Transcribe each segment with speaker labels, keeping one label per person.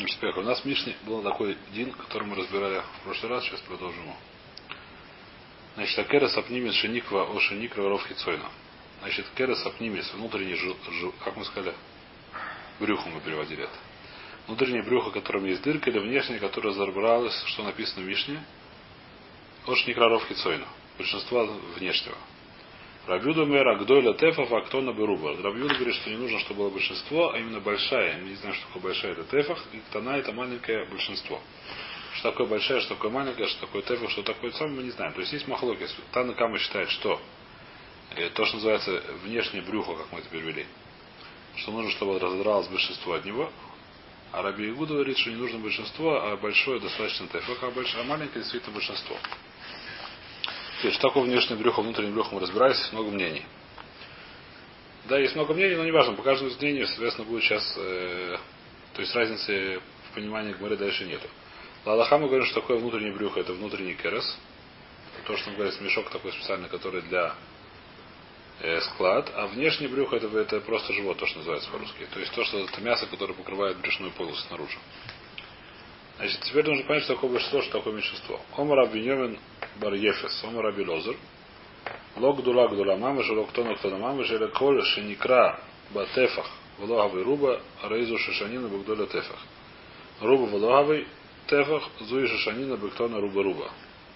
Speaker 1: У нас в Мишне был такой дин, который мы разбирали в прошлый раз, сейчас продолжим его. Значит, акерес апнимис шениква о шеникра ров хицойна. Значит, керес апнимис, внутренний как мы сказали, брюхо мы переводили это. Внутреннее брюхо, в котором есть дырка, или внешнее, которое разобралось, что написано в Мишне, о шеникра ров хицойна. Большинство внешнего. Рабьюда мэра гдойля тефов, а кто на беруба. Рабьюда говорит, что не нужно, чтобы было большинство, а именно большая. Мы не знаем, что такое большая, это тефах, и тана это маленькое большинство. Что такое большая, что такое маленькое, что такое тефах, что такое самое, мы не знаем. То есть есть махлокис. Тана Кама считает, что то, что называется внешнее брюхо, как мы это перевели, что нужно, чтобы разодралось большинство от него. А Раби Игуда говорит, что не нужно большинство, а большое достаточно тефах, а маленькое действительно большинство. Что такое внешнее брюхо, внутреннее брюхо, мы разбирались, есть много мнений. Да, есть много мнений, но не важно, по каждому из мнений, соответственно, будет сейчас, то есть разницы в понимании Гмары дальше нету. Лалаха мы говорим, что такое внутреннее брюхо, это внутренний керес. То, что мы говорим, мешок такой специальный, который для склад, а внешнее брюхо это просто живот, то, что называется по-русски. То есть то, что это мясо, которое покрывает брюшную полость снаружи. Значит, теперь нужно понять, что такое большинство, что такое меньшинство. Омар Абиньомен бар Ефес, Омар Аби Лозер, Лог дула гдула мамыш, лог тона ктона мамыш, или коль шеникра батефах, влогавый руба, рейзу шишанина багдоля тефах. Руба влогавый тефах, зуи шишанина бактона руба.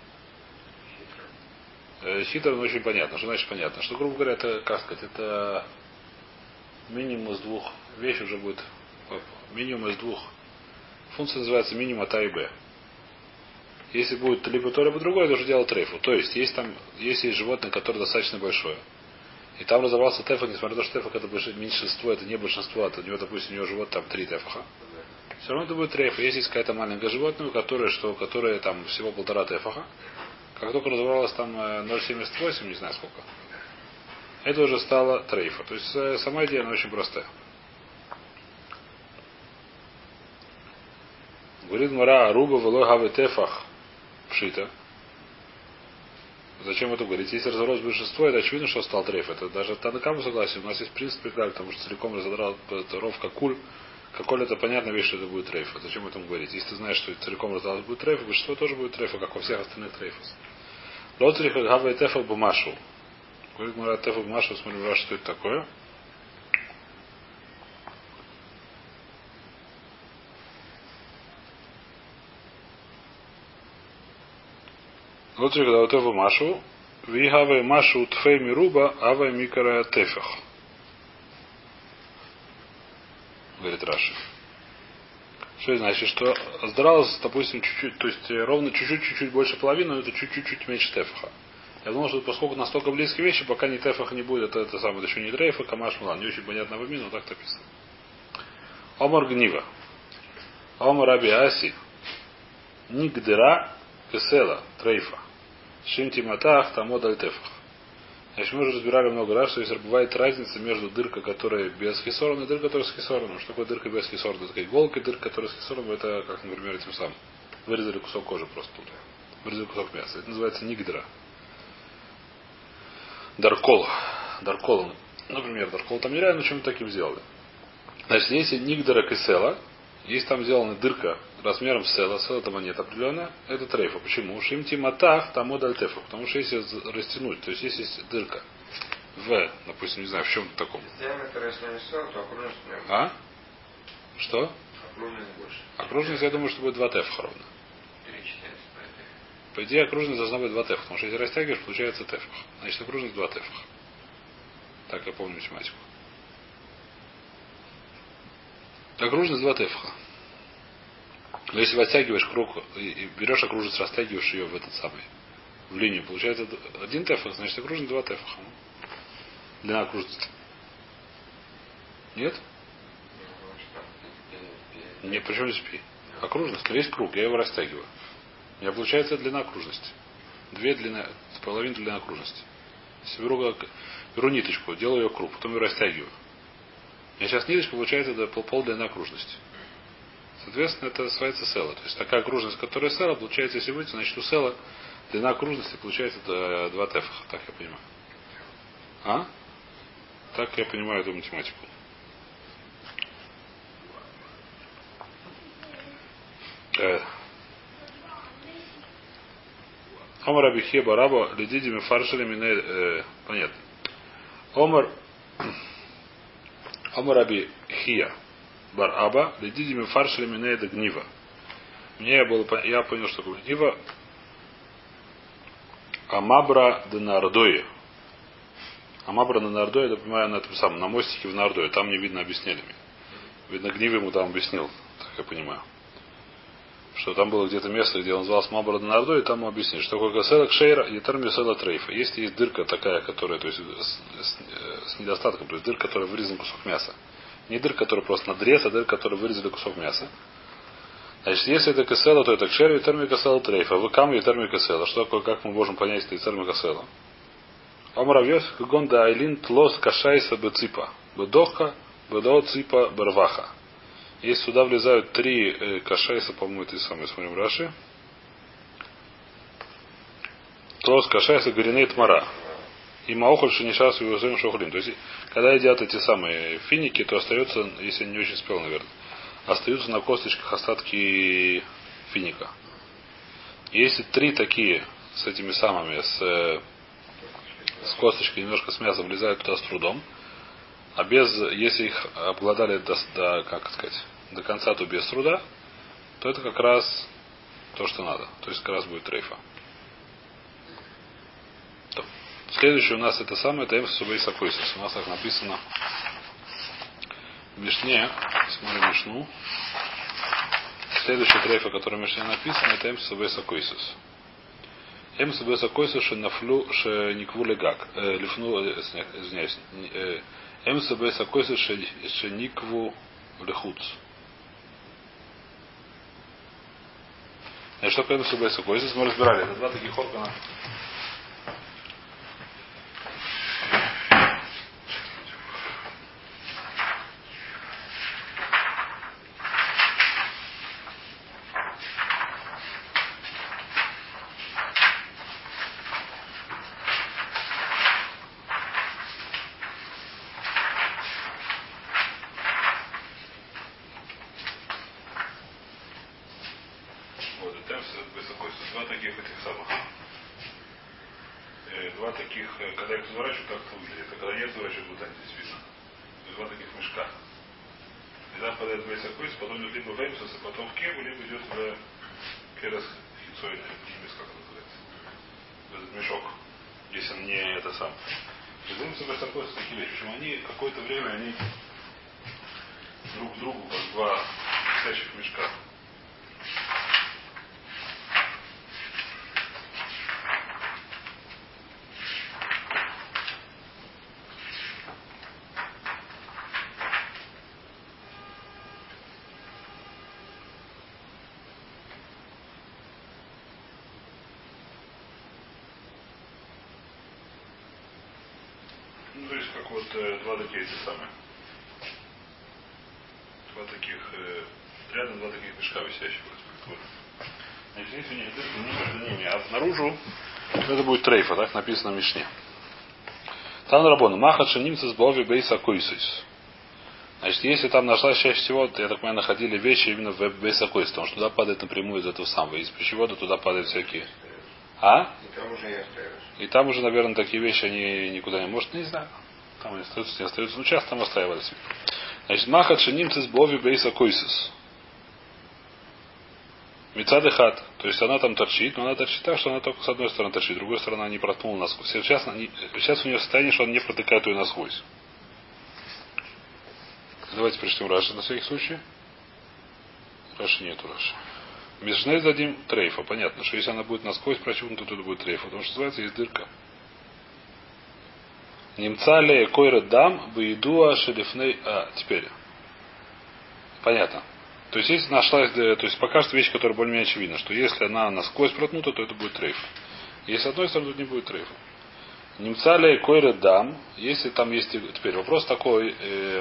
Speaker 1: Хитро, но очень понятно. Что значит понятно? Что, грубо говоря, это, как сказать, это минимум из двух вещей уже будет. Минимум из двух. Функция называется минимум от А и Б. Если будет либо то, либо другое, это уже дело трейфу. То есть, есть животное, которое достаточно большое. И там разорвался тефах, несмотря на то, что тефах это меньшинство, это не большинство, от него, допустим, у него живот там 3 тефаха. Все равно это будет трейф. Если есть какая-то маленькое животное, которое там всего 1,5 тефаха, как только разобралось там 0,78, не знаю сколько, это уже стало трейфа. То есть сама идея, она очень простая. Говорит Мара, Аруба велогавы тефах пшита. Зачем это говорить? Если разобралось большинство, это очевидно, что стал трейф. Это даже Танакаму согласен. У нас есть принцип, потому что целиком разодрал ров какуль. Каколь это понятная вещь, что это будет трейф. Зачем об этом говорить? Если ты знаешь, что целиком разодралось будет трейф, большинство тоже будет трейфа, как во всех остальных трейфах. Лотрих гава тефах бумашу. Говорит Мара тефах бумашу, смотрим, что это такое. Лотрих гава тефах бумашу. Вихавай машу тфей мируба, авай микара тефах. Говорит Раши. Что это значит? Что раздралось, допустим, чуть-чуть, то есть ровно чуть-чуть больше половины, но это чуть-чуть меньше тефаха. Я думал, что поскольку настолько близкие вещи, пока не тефаха не будет, это самое, это еще не трейфа, камаш мулан. Не очень понятно в имени, но так написано. Омар гнива. Омар раби аси. Нигдера кесела трейфа. Шимти матах тамод аль тефах. Значит, мы уже разбирали много раз, что если бывает разница между дыркой, которая без хисорона, и дыркой, которая с хисороном. Что такое дырка без хисорона? Это такая иголка, дырка, которая с хисороном, это, как, например, этим самым. Вырезали кусок кожи просто тут. Вырезали кусок мяса. Это называется нигдера. Даркол. Даркол. Например, даркол там нереально чем-то таким сделали. Значит, если нигдера кисела, если там сделана дырка размером села там монета определенная, это трейфа. Почему? Шимти матах там модаль тефа. Потому что если растянуть, то есть если есть дырка в, допустим, не знаю, в чем-то таком. А? Что?
Speaker 2: Окружность больше.
Speaker 1: Окружность, я думаю, что будет 2 тефаха ровно. По идее, окружность должна быть 2 тефаха. Потому что если растягиваешь, получается тефах. Значит, окружность 2 тефаха. Так я помню математику. Окружность 2 тефаха. Но если вы оттягиваешь круг и берешь окружность, растягиваешь ее в этот самый, в линию, получается 1 тефах, значит окружность 2 тефаха. Длина окружности. Нет? Не, почему здесь пи? Окружность, но есть круг, я его растягиваю. У меня получается длина окружности. 2,5 длина окружности. Если беру ниточку, делаю ее круг, потом ее растягиваю. У меня сейчас ниточка получается пол длины окружности. Соответственно, это называется села. То есть такая окружность, которая села, получается, если выйти, значит у села длина окружности получается 2 тефаха. Так я понимаю. А? Так я понимаю эту математику. Омар Абихе Бараба Ледиди Мефаршили Мине. Понятно. Омар Абихия Бараба Ледиди Мефаршили Мине Гнива. Я понял, что такое гнива. Амабра де Нардое. Амабра на Нардое, это понимаю, на этом самом, на мостике в Нардое. Там не видно, объяснили мне. Видно, Гнив ему там объяснил, так я понимаю. Что там было где-то место, где он назывался Мабра де Нардое, и там ему объяснили, что такое Касела Кшейра и Термисела Трейфа. Если есть дырка такая, которая, то есть с недостатком, то есть дырка, которая вырезан кусок мяса. Не дырка, которая просто надрез, а дырка, которая вырезали кусок мяса. Значит, если это касела, то это кшер и терми касела трейфа. Вы кам и терми касела. Что такое, как мы можем понять, что это терми касела? Омравьёс гонда айлин тлос кашайса беципа. Бедохка, бедо ципа барваха. Если сюда влезают три кашайса, по-моему, это самое, смотрим Раши. Тлос кашайса горинейт мара. И маохоль шинишас и юзем шохлин. То есть, когда едят эти самые финики, то остается, если я не очень спел, наверное, остаются на косточках остатки финика. Если три такие с этими самыми, с косточкой, немножко с мясом влезают туда с трудом, а если их обглодали до конца, то без труда, то это как раз то, что надо. То есть как раз будет трейфа. Следующее у нас это самое, это эмс субей сакойсис. У нас так написано в Мишне, смотрим Мишну. Следующая трейфа, которая в Мишне написана, это эмс субей сакойсис. Эмс субей сакойсис шенафлю шеникву легак. Извиняюсь. Эмс субей сакойсис шеникву лехуц. Что такое эмс субей сакойсис? Мы разбирали. Это два таких органа. Два таких этих самых. Два таких, когда их разворачивают, так это выглядит. А когда не разворачивают, вот так здесь видно. Два таких мешка. Когда впадает в Бейсакойс, потом идет либо в Эмсус, а потом в Кеву, либо идет в Керас Хицойна, как это называется. Этот мешок. Если он не это сам. Из Эмсуса Бейсакойс такие вещи. Почему они какое-то время они друг к другу, как два висящих мешка. Ну, то есть, как вот два такие эти самые. Два таких, рядом два таких мешка висящих. Значит, здесь у них дырка не между ними, а снаружи это будет трейфа, так написано в Мишне. Тан Рабон, Махат Шанимца с Бови Бейса Койсис. Значит, если там нашлась чаще всего, я так понимаю, находили вещи именно в Бейса Койсис, потому что туда падает напрямую из этого самого. Из пищевода туда падают всякие. А? И там уже, наверное, такие вещи, они никуда не может, не знаю. Там они остаются, не остаются. Ну, часто там остаивались. Значит, Махат Шанимца с Бови Бейса Койсис. Мицадыхат. То есть она там торчит, но она торчит так, что она только с одной стороны торчит, с другой стороны она не проткнула насквозь. Сейчас у нее состояние, что она не протыкает ее насквозь. Давайте прочтем Раши на всякий случай. Раши нету Раши. Межней дадим трейфа. Понятно, что если она будет насквозь прочеркнута, то это будет трейфа. Потому что называется есть дырка. Немца ле койра дам выедуа шелифней. Теперь. Понятно. То есть, если нашлась, то есть покажет вещь, которая более-менее очевидна, что если она насквозь проткнута, то это будет трейф. Если с одной стороны, то не будет трейфа. Немца ли койры дам, если там есть... Теперь вопрос такой,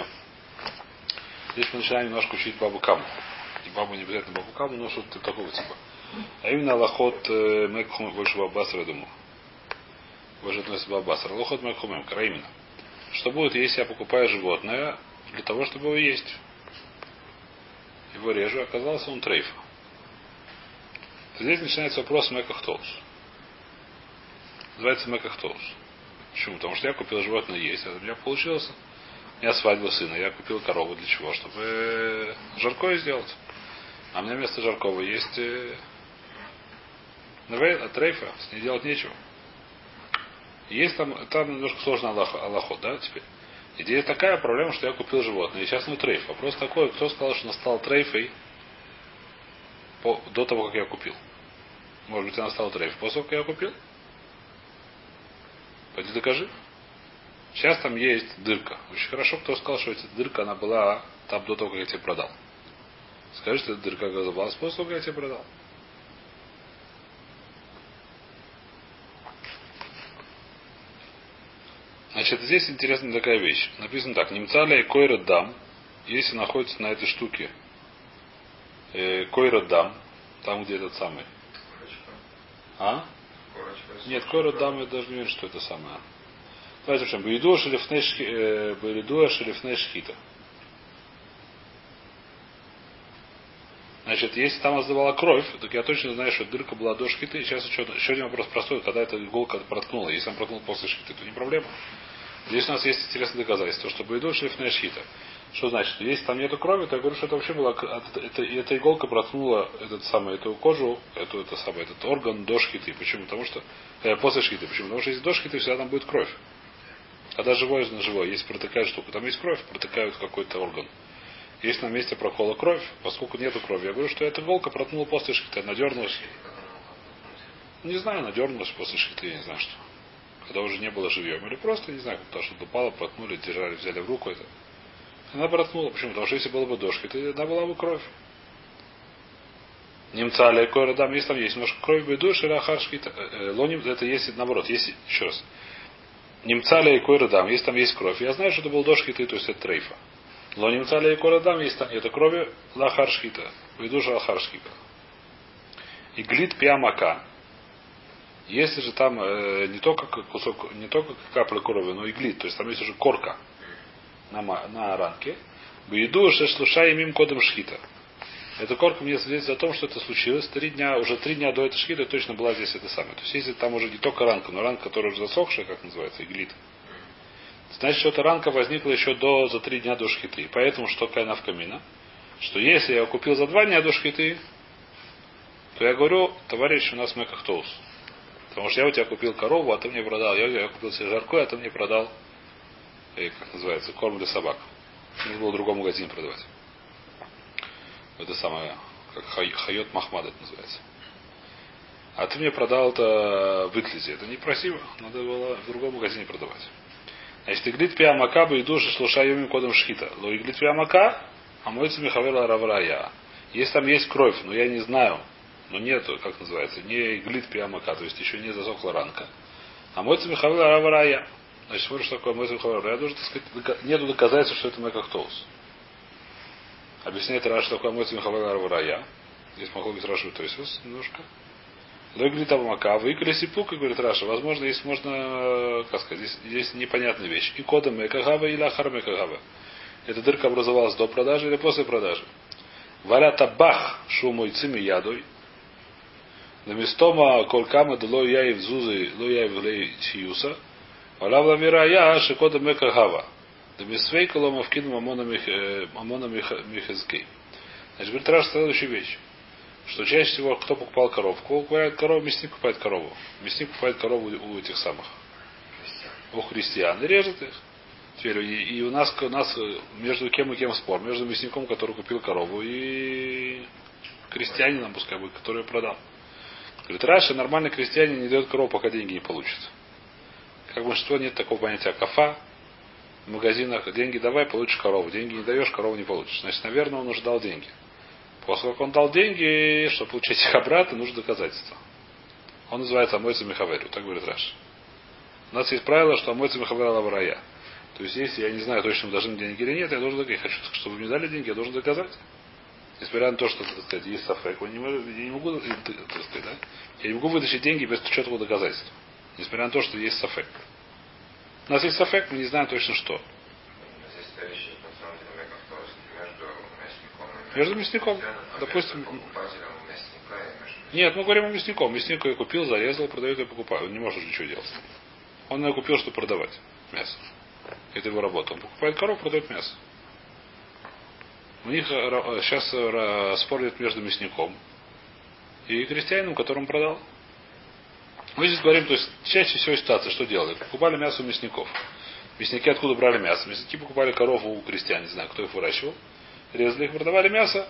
Speaker 1: здесь мы начинаем немножко учить бабу каму. И бабу не обязательно бабу каму, но что-то такого типа. А именно лохот мекхум больше бабасра, я думаю. Больше относится бабасра. Лохот мекхумем, кара именно. Что будет, если я покупаю животное для того, чтобы его есть? Его режу, оказался он трейф. Здесь начинается вопрос Мекахтоус. Называется Мекахтоус. Почему? Потому что я купил животное есть, а у меня получилось. У меня свадьба сына, я купил корову для чего? Чтобы жаркое сделать. А у меня вместо жаркого есть трейфа, с ней делать нечего. Есть там немножко сложно аллахот, да, теперь. Идея такая, проблема, что я купил животное, и сейчас ну трейф. Вопрос такой, кто сказал, что она стала трейфой до того, как я купил? Может быть, она стала трейфой после того, как я купил? Пойди докажи. Сейчас там есть дырка. Очень хорошо, кто сказал, что эта дырка, она была там до того, как я тебе продал. Скажи, что эта дырка была после того, как я тебе продал. Значит, здесь интересная такая вещь. Написано так. Немцаля и койра дам. Если находится на этой штуке койра дам, там, где этот самый. А? Нет, койра дам, я даже не уверен, что это самое. Давайте в чем. Бейдуа шелифней шхита. Значит, если там сдавала кровь, так я точно знаю, что дырка была до шхиты. И сейчас еще один вопрос простой. Когда эта иголка проткнула, если она проткнула после шхиты, то не проблема. Здесь у нас есть интересное доказательство, что бейдуа шелифней шхита. Что значит? Если там нету крови, то я говорю, что это вообще была эта иголка проткнула эту кожу, этот орган до шхиты. Почему? Потому что после шхиты. Почему? Потому что если до шхиты, всегда там будет кровь. Когда живое на живое, если протыкают штуку, там есть кровь, протыкают какой-то орган. Если на месте прокола кровь, поскольку нету крови, я говорю, что эта иголка проткнула после шхиты, она дернулась. Не знаю, она дернулась после шхиты, я не знаю что. Когда уже не было живьем. Или просто, не знаю, потому что упала, проткнули, держали, взяли в руку это. Она проткнула. Почему? Потому что если было бы до шхиты, она была бы кровь. Немца аля койра дам, если там есть немножко крови, бейду, ширахар шхита. Лоним, это если наоборот, если, еще раз. Немцаля и койра дам, если там есть кровь. Я знаю, что это был до шхиты, то есть это трейфа. Но немцаля и койра дам, если там нет крови, лахар шхита. Бейду ширахар шхита. И глит пиамака. Если же там не только кусок, не только капля крови, но и глит, то есть там есть уже корка на ранке. Бейду шешлуша имим кодом шхита. Эта корка мне свидетельствует о том, что это случилось 3 дня, уже 3 дня до этой шхиты точно была здесь это самое. То есть если там уже не только ранка, но ранка, которая уже засохшая, как называется, иглит, значит, что эта ранка возникла еще за 3 дня до шхиты. И поэтому, что такая навкамина, что если я купил за 2 дня до шхиты, то я говорю, товарищ, у нас мекахтоус. Потому что я у тебя купил корову, а ты мне продал. Я купил себе жаркое, а ты мне продал, как называется, корм для собак. Нужно было в другом магазине продавать. Это самое, как Хайот Махмад это называется. А ты мне продал это в Итлизе. Это некрасиво. Надо было в другом магазине продавать. Значит, иглит пиамака бы и души шлуша йоми кодом шхита. Но иглит пиамака, а мойца михавела раврая. Если там есть кровь, но я не знаю, но нету, как называется, не иглит пиамака, то есть еще не засохла ранка. А мойца михавела раврая. Значит, смотришь, что такое мойца михавела раврая. Я должен, так сказать, нету доказательства, что это мекахтоус. Объясняет Раш, что такое мойца михавела раврая. Здесь могло быть Рашу, то есть немножко. Но и говорит Абамака, выкали сипук, и говорит Раша, возможно, здесь можно, как сказать, здесь непонятная вещь. И кодом мекагава или ахар мекагава. Эта дырка образовалась до продажи или после продажи. Валята бах шумой цими ядой. Намистома колкама дело яев зузы, ло яев лей чиюса. Валя вламира я шикодом мекагава. Дамисвейка лома вкину мамона михезкей. Значит, говорит Раша следующую вещь. Что чаще всего, кто покупал коровку, покупает корову, мясник покупает корову. Мясник покупает корову у этих самых. У христиан. И режет их. Теперь, и у нас между кем и кем спор. Между мясником, который купил корову, и крестьянином, пускай будет, который продал. Говорит, раньше нормальный крестьянин не дает корову, пока деньги не получит. Как большинство нет такого понятия кафа. В магазинах деньги давай, получишь корову. Деньги не даешь, корову не получишь. Значит, наверное, он уже дал деньги. После как он дал деньги, чтобы получить их обратно, нужно доказательство. Он называется Амойца Михаверу, так говорит Раш. У нас есть правило, что Амойца Михаверу Лаврая. То есть, если я не знаю точно, должны деньги или нет, я должен доказать. Я хочу, чтобы вы мне дали деньги, я должен доказать. Несмотря на то, что, так сказать, есть сафек, я не могу, так сказать, да? Я не могу вытащить деньги без четкого доказательства. Несмотря на то, что есть сафек. У нас есть сафек, мы не знаем точно что. Между мясником. Допустим, Нет, мы говорим о мясником. Мясник ее купил, зарезал, продает и покупает. Он не может ничего делать. Он ее купил, чтобы продавать мясо. Это его работа. Он покупает корову, продает мясо. У них сейчас спор идет между мясником и крестьянином, которому продал. Мы здесь говорим, то есть чаще всего ситуация, что делали? Покупали мясо у мясников. Мясники откуда брали мясо? Мясники покупали корову у крестьян, не знаю, кто их выращивал. Резали их, продавали мясо.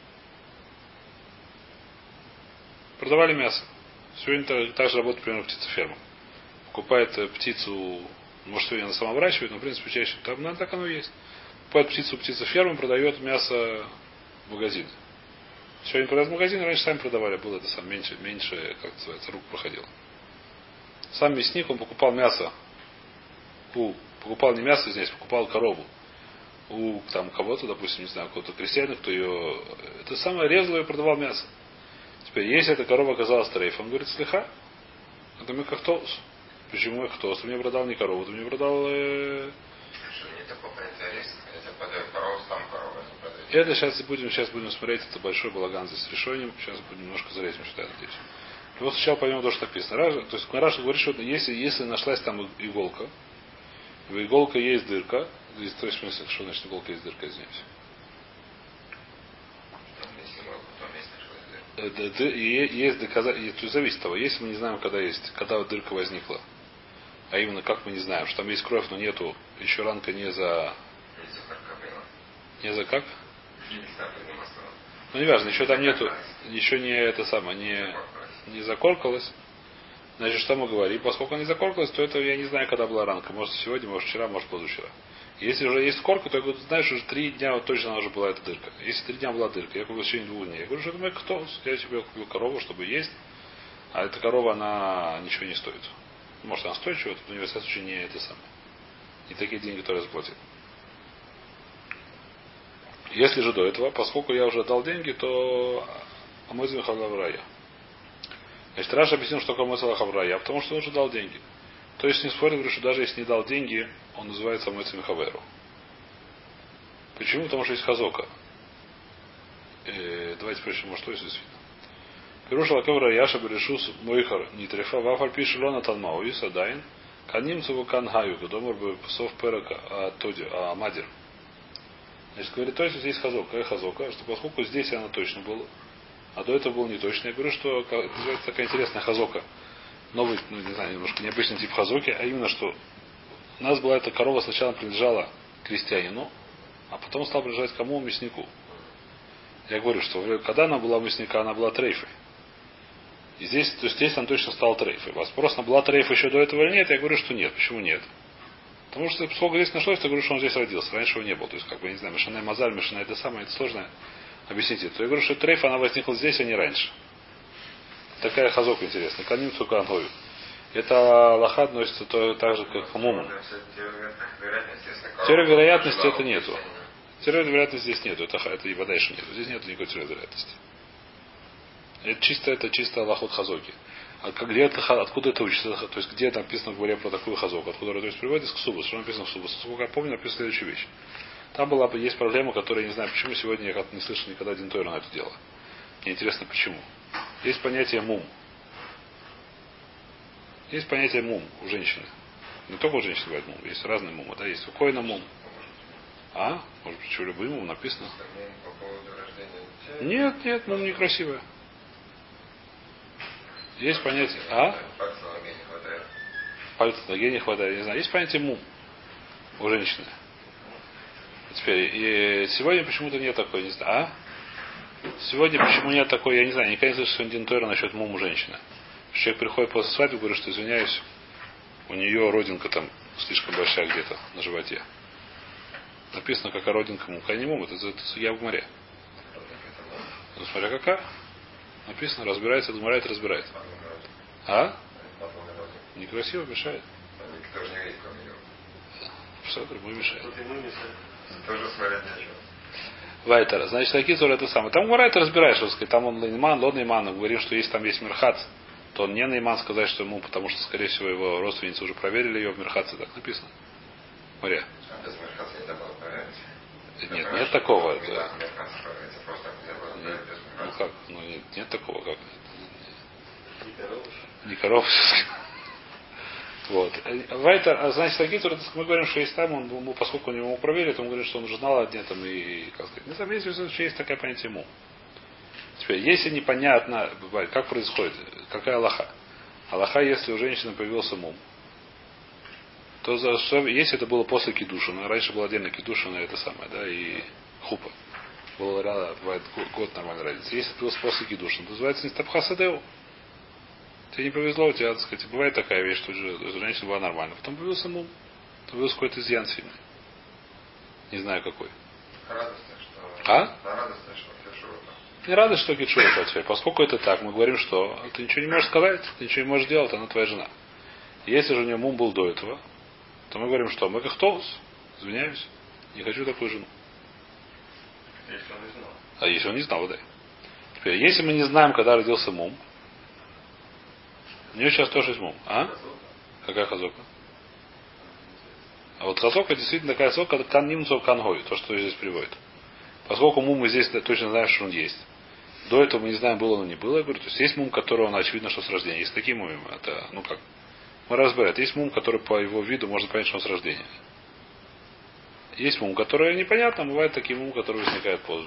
Speaker 1: Продавали мясо. Сегодня так же работает, например, птицеферма. Покупает птицу, может, сегодня она сама выращивает, но, в принципе, чаще там, так оно и есть. Покупает птицу птицеферма, продает мясо в магазин. Сегодня продают в магазин, раньше сами продавали, было это сам меньше, как называется, рук проходило. Сам мясник, он покупал мясо, покупал не мясо здесь, покупал корову у там кого-то, допустим, не знаю, какого-то крестьянина, кто ее, это самое резал и продавал мясо. Теперь, если эта корова оказалась трейфом, он говорит, слыха, это мекахтоус. Почему мекахтоус? Ты мне продал не корову, ты мне продал...
Speaker 2: Что не такое понятие риск? Я тебе подаю корову, сам корову.
Speaker 1: Это сейчас будем смотреть, это большой балаган здесь с решением. Сейчас будем немножко залезем сюда, я надеюсь. И вот сначала поймем то, что написано. То есть Раша говорит, что если нашлась там иголка, в иголка есть дырка, здесь, то есть, в смысле, что значит иголка есть дырка, извиняюсь. Есть доказательства, то есть зависит от того, если мы не знаем, когда дырка возникла, а именно как мы не знаем, что там есть кровь, но нету, еще ранка не за как? Ну не важно, еще там нету, еще не это самое, не закоркалось. Значит, что мы говорим? Поскольку она не закоркалась, то это я не знаю, когда была ранка. Может сегодня, может вчера, может позавчера. Если уже есть корка, то я говорю, знаешь, уже 3 дня вот точно она уже была эта дырка. Если 3 дня была дырка, я купил в течение 2 дней. Я говорю, что это мой кто? Я себе купил корову, чтобы есть. А эта корова, она ничего не стоит. Может, она стоит чего-то, но в любом случае не это самое. Не такие деньги, которые заплатил. Если же до этого, поскольку я уже дал деньги, то Амойзин Хаврая. Значит, Раша объяснил, что такое Амойзин Хаврая, потому что он уже дал деньги. То есть не спорит, говорю, что даже если не дал деньги, он называется Амойзин Хаверу. Почему? Потому что есть хазока. Давайте прежде, может, что здесь видно. Пируша лакевра яша берешус мойхар нитрефа вафар пишет лона талмау и садайн канимцеву кангаю домар бы псов перака тоди мадир. Значит, говорит, то есть здесь хазока, что поскольку здесь она точно была, а до этого было не точно, я говорю, что это называется такая интересная хазока. Новый, не знаю, немножко необычный тип хазоки, а именно, что у нас была эта корова сначала принадлежала крестьянину, а потом стала принадлежать кому? Мяснику. Я говорю, что когда она была у мясника, она была трейфой. И здесь, то есть здесь она точно стала трейфой. Вопрос, она была трейфой еще до этого или нет? Я говорю, что нет. Почему нет? Потому что сколько здесь нашлось, я говорю, что он здесь родился. Раньше его не было. То есть, как бы, я не знаю, Мишана и Мазаль, Мишана это самое, это сложно объяснить это. Я говорю, что трейф, она возникла здесь, а не раньше. Такая хазока интересная. Каним цукангою. Это лоха относится так же, как к муму. Теория вероятности это нету. Теория вероятности здесь нету. Это и вода еще нету. Здесь нету никакой теории вероятности. Это чисто лохот хазоки. А откуда это учится? То есть где написано в говоре про такую хазоку? Откуда то есть приводится к Субус? Что написано в Субус? Сколько я помню, написано следующая вещь. Там есть проблема, которая я не знаю, почему сегодня я не слышал никогда один Тойр на это дело. Мне интересно, почему. Есть понятие мум. Есть понятие мум у женщины. Не только у женщин бывает мум, есть разные мумы, да, есть у коина мум. А? Может быть, что любой мум написано? Нет, мум некрасивая. Есть понятие. А? Пальца на ноге не хватает. Не знаю. Есть понятие мум у женщины. Теперь, и сегодня почему-то нет такой, не знаю. А? Сегодня почему нет такой, я не знаю, никогда не слышал сегодня Динтойра насчет муму женщины. Человек приходит после свадьбы, говорит, что извиняюсь, у нее родинка там слишком большая где-то на животе. Написано, какая родинка мум. Какая не мум, это я в море. Ну, смотря какая. Написано, разбирается, думает, разбирает. А? Некрасиво мешает.
Speaker 2: Никто же не видит, кроме него.
Speaker 1: Что другой мешает.
Speaker 2: Тоже смотреть нечего.
Speaker 1: Вайтер. Значит, такие зоры это самое. Там Гурайт разбираешь, что сказать, там он Нейман, Лон Нейман, говорим, что если там есть Мирхац, то он не Нейман сказать, что ему, потому что, скорее всего, его родственницы уже проверили ее в Мирхаце, так написано. Море.
Speaker 2: А без Мирхаца нельзя было проверить?
Speaker 1: Нет такого.
Speaker 2: Ну как? Ну,
Speaker 1: Нет такого, как. Не коров. Вот. Вайтер, значит, такие, мы говорим, что есть там, поскольку у него проверили, то он говорит, что он уже знал одни там и как сказать. Не знаю, если есть такое понятие ему. Теперь, если непонятно, бывает, как происходит, какая алаха. Алаха, если у женщины появился мум, то если это было после кидушина, раньше было отдельно кидушина, это самое, да, и хупа. Было рядом, бывает год нормально разница. Если это было после кидушина, то называется нестабхасадеу. Тебе не повезло, у тебя, так сказать, бывает такая вещь, что женщина была нормальна. Потом появился мум, потом появился какой-то изъян сильный. Не знаю какой.
Speaker 2: Радостно, что...
Speaker 1: А?
Speaker 2: Радостно, что кешура.
Speaker 1: Не рада, что кидушина теперь. Поскольку это так, мы говорим, что ты ничего не можешь сказать, ты ничего не можешь делать, она твоя жена. Если же у нее мум был до этого, то мы говорим, что мы как Товус, извиняюсь, не хочу такую жену.
Speaker 2: Если он не знал.
Speaker 1: А если он не знал, да. Теперь, если мы не знаем, когда родился мум, у нее сейчас тоже есть мум. А? Какая хазока? А вот хазока действительно такая хазока, это каннимцов кангой, то, что здесь приводит. Поскольку мум мы здесь точно знаем, что он есть. До этого мы не знаем, было он не было. Я говорю, то есть мум, которого он очевидно, что с рождения. Есть такие мумы. Это, ну как. Мы разбираем. Есть мум, который по его виду можно понять, что он с рождения. Есть мум, который непонятно, бывают такие мум, которые возникают позже.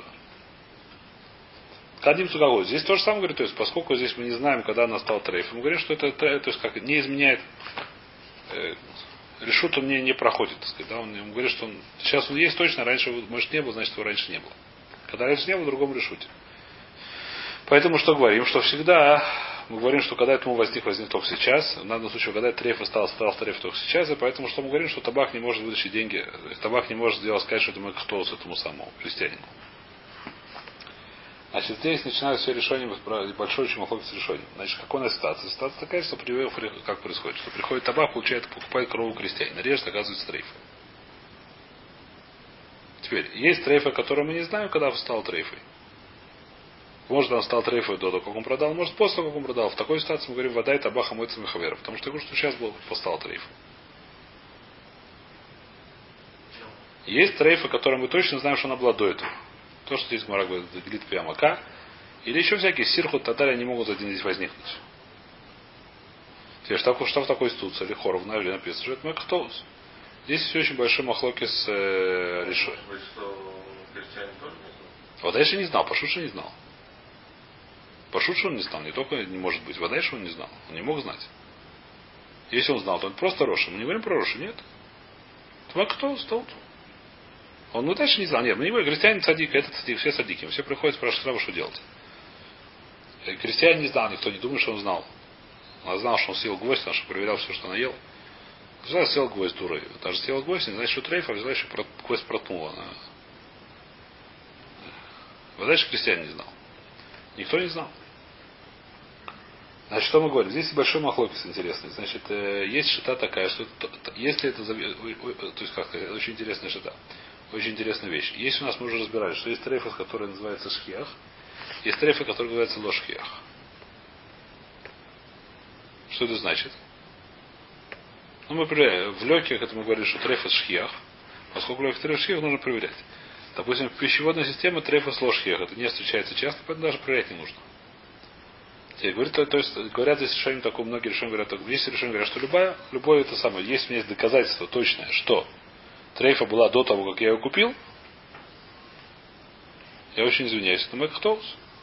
Speaker 1: Кадим Цугагой. Здесь то же самое говорит, то есть, поскольку здесь мы не знаем, когда настал трейф, мы говорим, что это то есть, как не изменяет решут, он не проходит, так сказать, да? Он говорит, что сейчас он есть точно, раньше, может, не было, значит, его раньше не было. Когда раньше не было, в другом решуте. Поэтому что говорим? Что всегда мы говорим, что когда этому возник только сейчас. В данном случае, когда трейф стал трейф только сейчас. И поэтому что мы говорим, что табак не может вытащить деньги. Табак не может сделать сказать, что это мы кто с этому самому крестьянину. Значит, здесь начинают все решения, большой очень махлок с решением. Значит, какая у нас ситуация? Ситуация такая, что как происходит? Что приходит табак, покупает корову крестьянина. Режет, оказывается, трейфы. Теперь, есть трейфы, которые мы не знаем, когда стал трейфой. Может, он стал трейфой до того, как он продал, может, после того, как он продал. В такой ситуации мы говорим, вода и табаха моется мехавера. Потому что я говорю, что сейчас стал трейф. Есть трейфы, которые мы точно знаем, что она была до этого. То, что здесь Гмара говорит, делит пиамака. Или еще всякие сирхут, татари, они могут за один здесь возникнуть. Теперь, что в такой ситуации, или хоров, или написано, что это мекхтоус. Здесь все очень большой махлоки с решой. Вот дальше не знал, Пашуша не знал. Пашуша он не знал, не только не может быть, Вадайша он не знал. Он не мог знать. Если он знал, то он просто Роша. Мы не говорим про Роша, нет. Это мекхтоус, тут. Он дальше не знал. Нет, мы не говорим, крестьянин садик, этот садик, все садики. Все приходят, спрашивают, что делать. Крестьянин не знал, никто не думает, что он знал. Он знал, что он съел гвоздь, потому что проверял все, что она ел. Взял, съел гвоздь дурой. Даже съел гвоздь, не знает, что трейфа, взяла еще гвоздь проткнула. Вот дальше крестьянин не знал. Никто не знал. Значит, что мы говорим? Здесь большой махлокис интересный. Значит, есть шита такая, что если это... То есть, как сказать, очень интересная шита. Очень интересная вещь. Есть у нас, мы уже разбирали, что есть трейфы, которые называются шхиах. Есть трейфы, которые называются лошхиах. Что это значит? Ну, мы проверяем. В легких это мы говорили, что трейф шхиах. Поскольку в легких трейф шхиах нужно проверять. Допустим, в пищеводной системе трейф лошхиах. Это не встречается часто, поэтому даже проверять не нужно. Говорит, то есть, говорят здесь решением такое, многие решения говорят, есть решение говорят, что любое это самое, если у меня есть доказательство точное, что трейфа была до того, как я ее купил, я очень извиняюсь, это Мэкхтоус.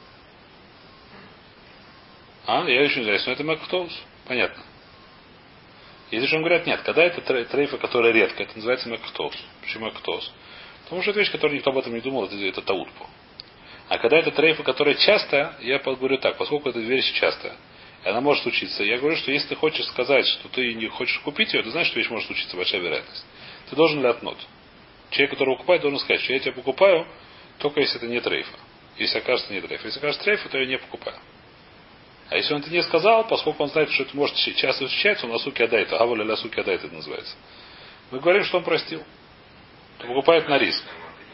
Speaker 1: Я очень извиняюсь, но это Мэкхтоус. Понятно. Если же говорят, нет, когда это трейфа, которая редко, это называется Мэкхтоус. Почему Мэкхтоус? Потому что это вещь, которую никто об этом не думал, это таутпо. А когда это трейфа, которая часто, я говорю так, поскольку эта вещь часто, и она может случиться, я говорю, что если ты хочешь сказать, что ты не хочешь купить ее, ты знаешь, что вещь может случиться, большая вероятность. Ты должен лятнуть. Человек, который покупает, должен сказать, что я тебя покупаю, только если это не трейфа. Если окажется не трейфа. Если окажется трейфа, то я не покупаю. А если он это не сказал, поскольку он знает, что это может часто встречаться, он на суке отдает. Аваля ля суки отдает, это называется. Мы говорим, что он простил. Он покупает на риск.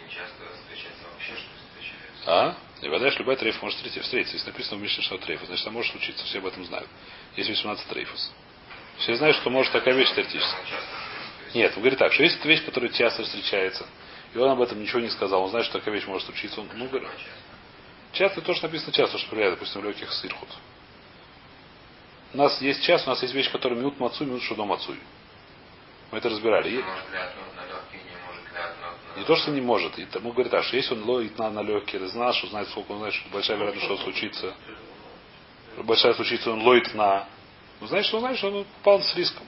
Speaker 1: И вода, любая трейфа может встретиться. Если написано в Мишне, что трейфа, значит, это может случиться. Все об этом знают. Есть 18 трейфос. Все знают, что может такая вещь теоретически. Нет, он говорит так, что есть эта вещь, которая часто встречается, и он об этом ничего не сказал, он знает, что такая вещь может случиться. Он, говорит, часто то, что написано часто, что проверяет, допустим, в легких сирхут. У нас есть час, у нас есть вещи, которые минут мацуй, минут шудо мацуй. Мы это разбирали. Не то, что не может. И тому говорит, что если он ловит на легкие, знает, что знает, сколько он знает, что большая вероятность, что случится. Большая случится, он ловит на. Ну, значит, он знает, что он попал с риском.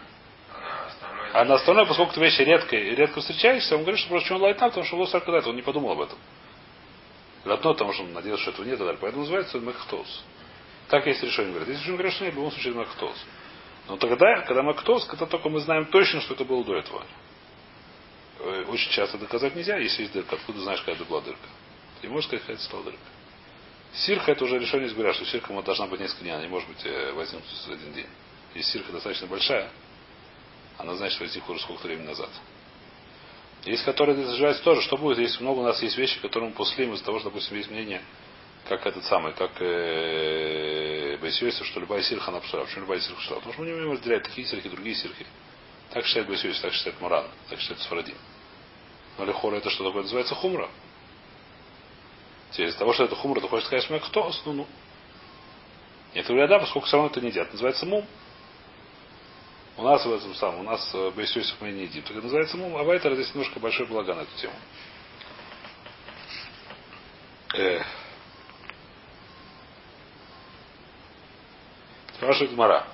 Speaker 1: А на остальное, поскольку эта вещь редко встречаешься, он говорит, что просто он ловит на, потому что он столько дает, он не подумал об этом. Одно, потому что он надеялся, что этого нет, и далее. Поэтому называется мехтоус. Так есть решение, говорит. Если решение говорит, что нет, в любом случае мехтоус. Но тогда, когда мехтоус, когда только мы знаем точно, что это было до этого. Очень часто доказать нельзя, если есть дырка. Откуда знаешь, какая это была дырка? Ты не можешь сказать, какая это стала дырка. Сирха это уже решение говорят, что сирха должна быть несколько дней, она не может быть возникнуть в один день. Если сирха достаточно большая, она значит, что возникла уже сколько-то времени назад. Есть, которые заживаются тоже. Что будет, если много у нас есть вещи, которые мы пуслим из-за того, что, допустим, есть мнение, как этот самый, как Байсиойсов, что любая сирха она псура. Почему любая сирха псура? Потому что мы не умеем разделять такие сирхи, другие сирхи. Так считает Байсиойсов, так считает Муран, так считает Сфарадим. Но лихора это что такое? Называется хумра. Теперь из-за того, что это хумра, ты хочешь сказать, что кто? Ну. Нет, да, поскольку все равно это не едят. Называется мум. У нас в этом самом, у нас Байсиойсов мы не едим. Это называется мум, а Вайтер здесь немножко большой благо на эту тему. Спрашивает Мара.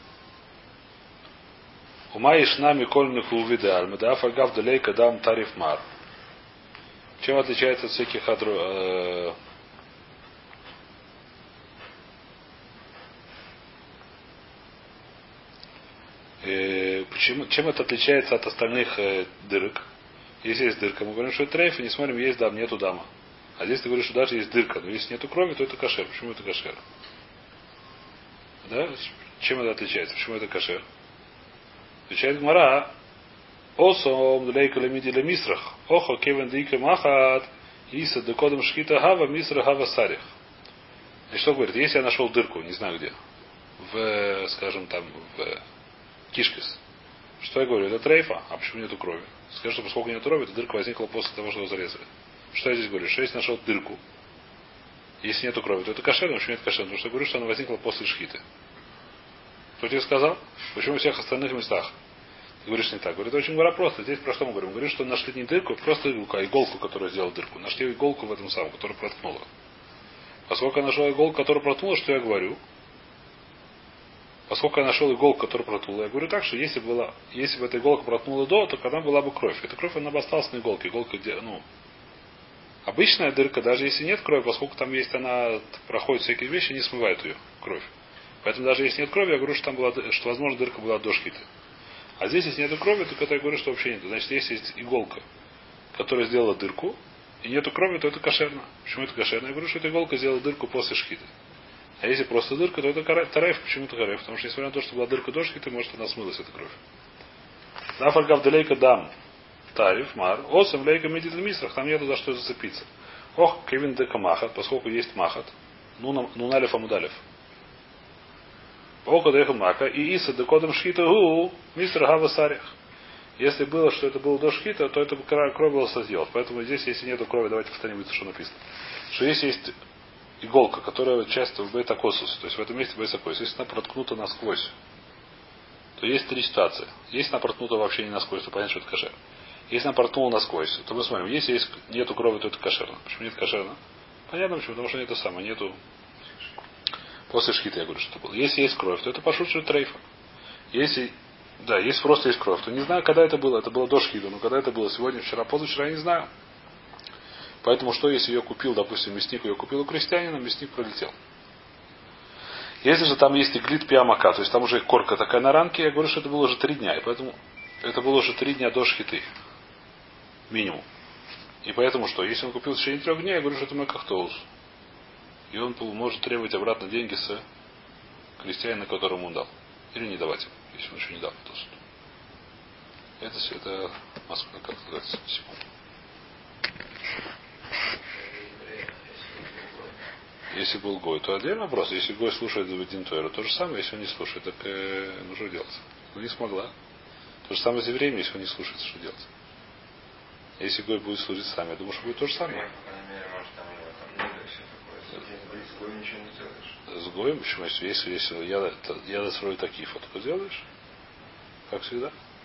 Speaker 1: Ума ишнами кольных увиды альмедаф агав далейка дам тариф мар. Чем отличается от всяких чем это отличается от остальных дырок? Если есть дырка, мы говорим, что это трейф, и не смотрим, есть дам, нету дама. А здесь ты говоришь, что даже есть дырка, но если нету крови, то это кашер. Почему это кашер? Да? Чем это отличается? Почему это кашер? Отвечает Гмара. Осом длейка лемиди лемисрах. Охо кевен дика махат. Иса декодом шхита хава мисра хава сарих. И что говорит? Если я нашел дырку, не знаю где, в, скажем, там, в кишкис. Что я говорю? Это трейфа. А почему нету крови? Скажу, что поскольку нету крови, то дырка возникла после того, что его зарезали. Что я здесь говорю? Что если нашел дырку, если нету крови, то это кошерно. Почему нет кошерно? Потому что я говорю, что она возникла после шхиты. Кто тебе сказал? Почему в всех остальных местах? Ты говоришь не так. Говорит, очень говоря просто. Здесь про что мы говорим? Мы говорим, что нашли не дырку, просто иголку, а иголку, которая сделала дырку. Нашли иголку в этом самом, которая проткнула. Поскольку я нашел иголку, которая проткнула, что я говорю? Поскольку я нашел иголку, которая проткнула, я говорю так, что если бы эта иголка проткнула до, то когда была бы кровь. Эта кровь, она бы осталась на иголке. Иголка, обычная дырка, даже если нет крови, поскольку там есть, она проходит всякие вещи, не смывает ее, кровь. Поэтому даже если нет крови, я говорю, что там была, что возможно дырка была до шхиты. А здесь, если нет крови, то когда я говорю, что вообще нет. Значит, если есть иголка, которая сделала дырку, и нету крови, то это кошерно. Почему это кошерно? Я говорю, что эта иголка сделала дырку после шхиты. А если просто дырка, то это тареф. Почему-то тареф. Потому что, несмотря на то, что была дырка до шхиты, может, она смылась, эта кровь. Нафаргав далейка дам. Тариф, мар. Осам лейка медит мисрах. Там нету за что зацепиться. Ох, кевин дека махат. Поскольку есть махат. Нуналев амудалев. Око деха мака. И иса декодом шхита гу. Мистер гава сарих. Если было, что это было до шхита, то это кровь была сделать. Поэтому здесь, если нету крови, давайте повторим, что написано. Что если есть иголка, которая часто в бета-косус, то есть в этом месте бета-косус, если она проткнута насквозь, то есть три ситуации. Если она проткнута вообще не насквозь, то понятно, что это кошер. Если она проткнула насквозь, то мы смотрим, если нету крови, то это кошерно. Почему нет кошерно? Понятно почему, потому что нету самое, нету после шхита, я говорю, что это было. Если есть кровь, то это пошутший трейфа. Если просто есть кровь, то не знаю, когда это было до шхита, но когда это было сегодня, вчера, позавчера, я не знаю. Поэтому что, если ее купил, допустим, мясник ее купил у крестьянина, мясник пролетел. Если же там есть иглит пиамака, то есть там уже корка такая на ранке, я говорю, что это было уже 3 дня. И поэтому это было уже 3 дня до шхиты. Минимум. И поэтому что? Если он купил в течение 3 дней, я говорю, что это мекахтоус. И он может требовать обратно деньги с крестьянина, которому он дал. Или не давать им, если он еще не дал. Это все, это Москва, как называется, секунду. Если был Гой, то отдельный вопрос. Если Гой слушает Заведин Тойру, то же самое, если он не слушает, так ну что делать? Ну не смогла. То же самое с евреями, если он не слушает, что делать? Если Гой будет служить сам, я думаю, что будет то же самое. Гоем, почему если яда срой такие фото, то делаешь? Как всегда.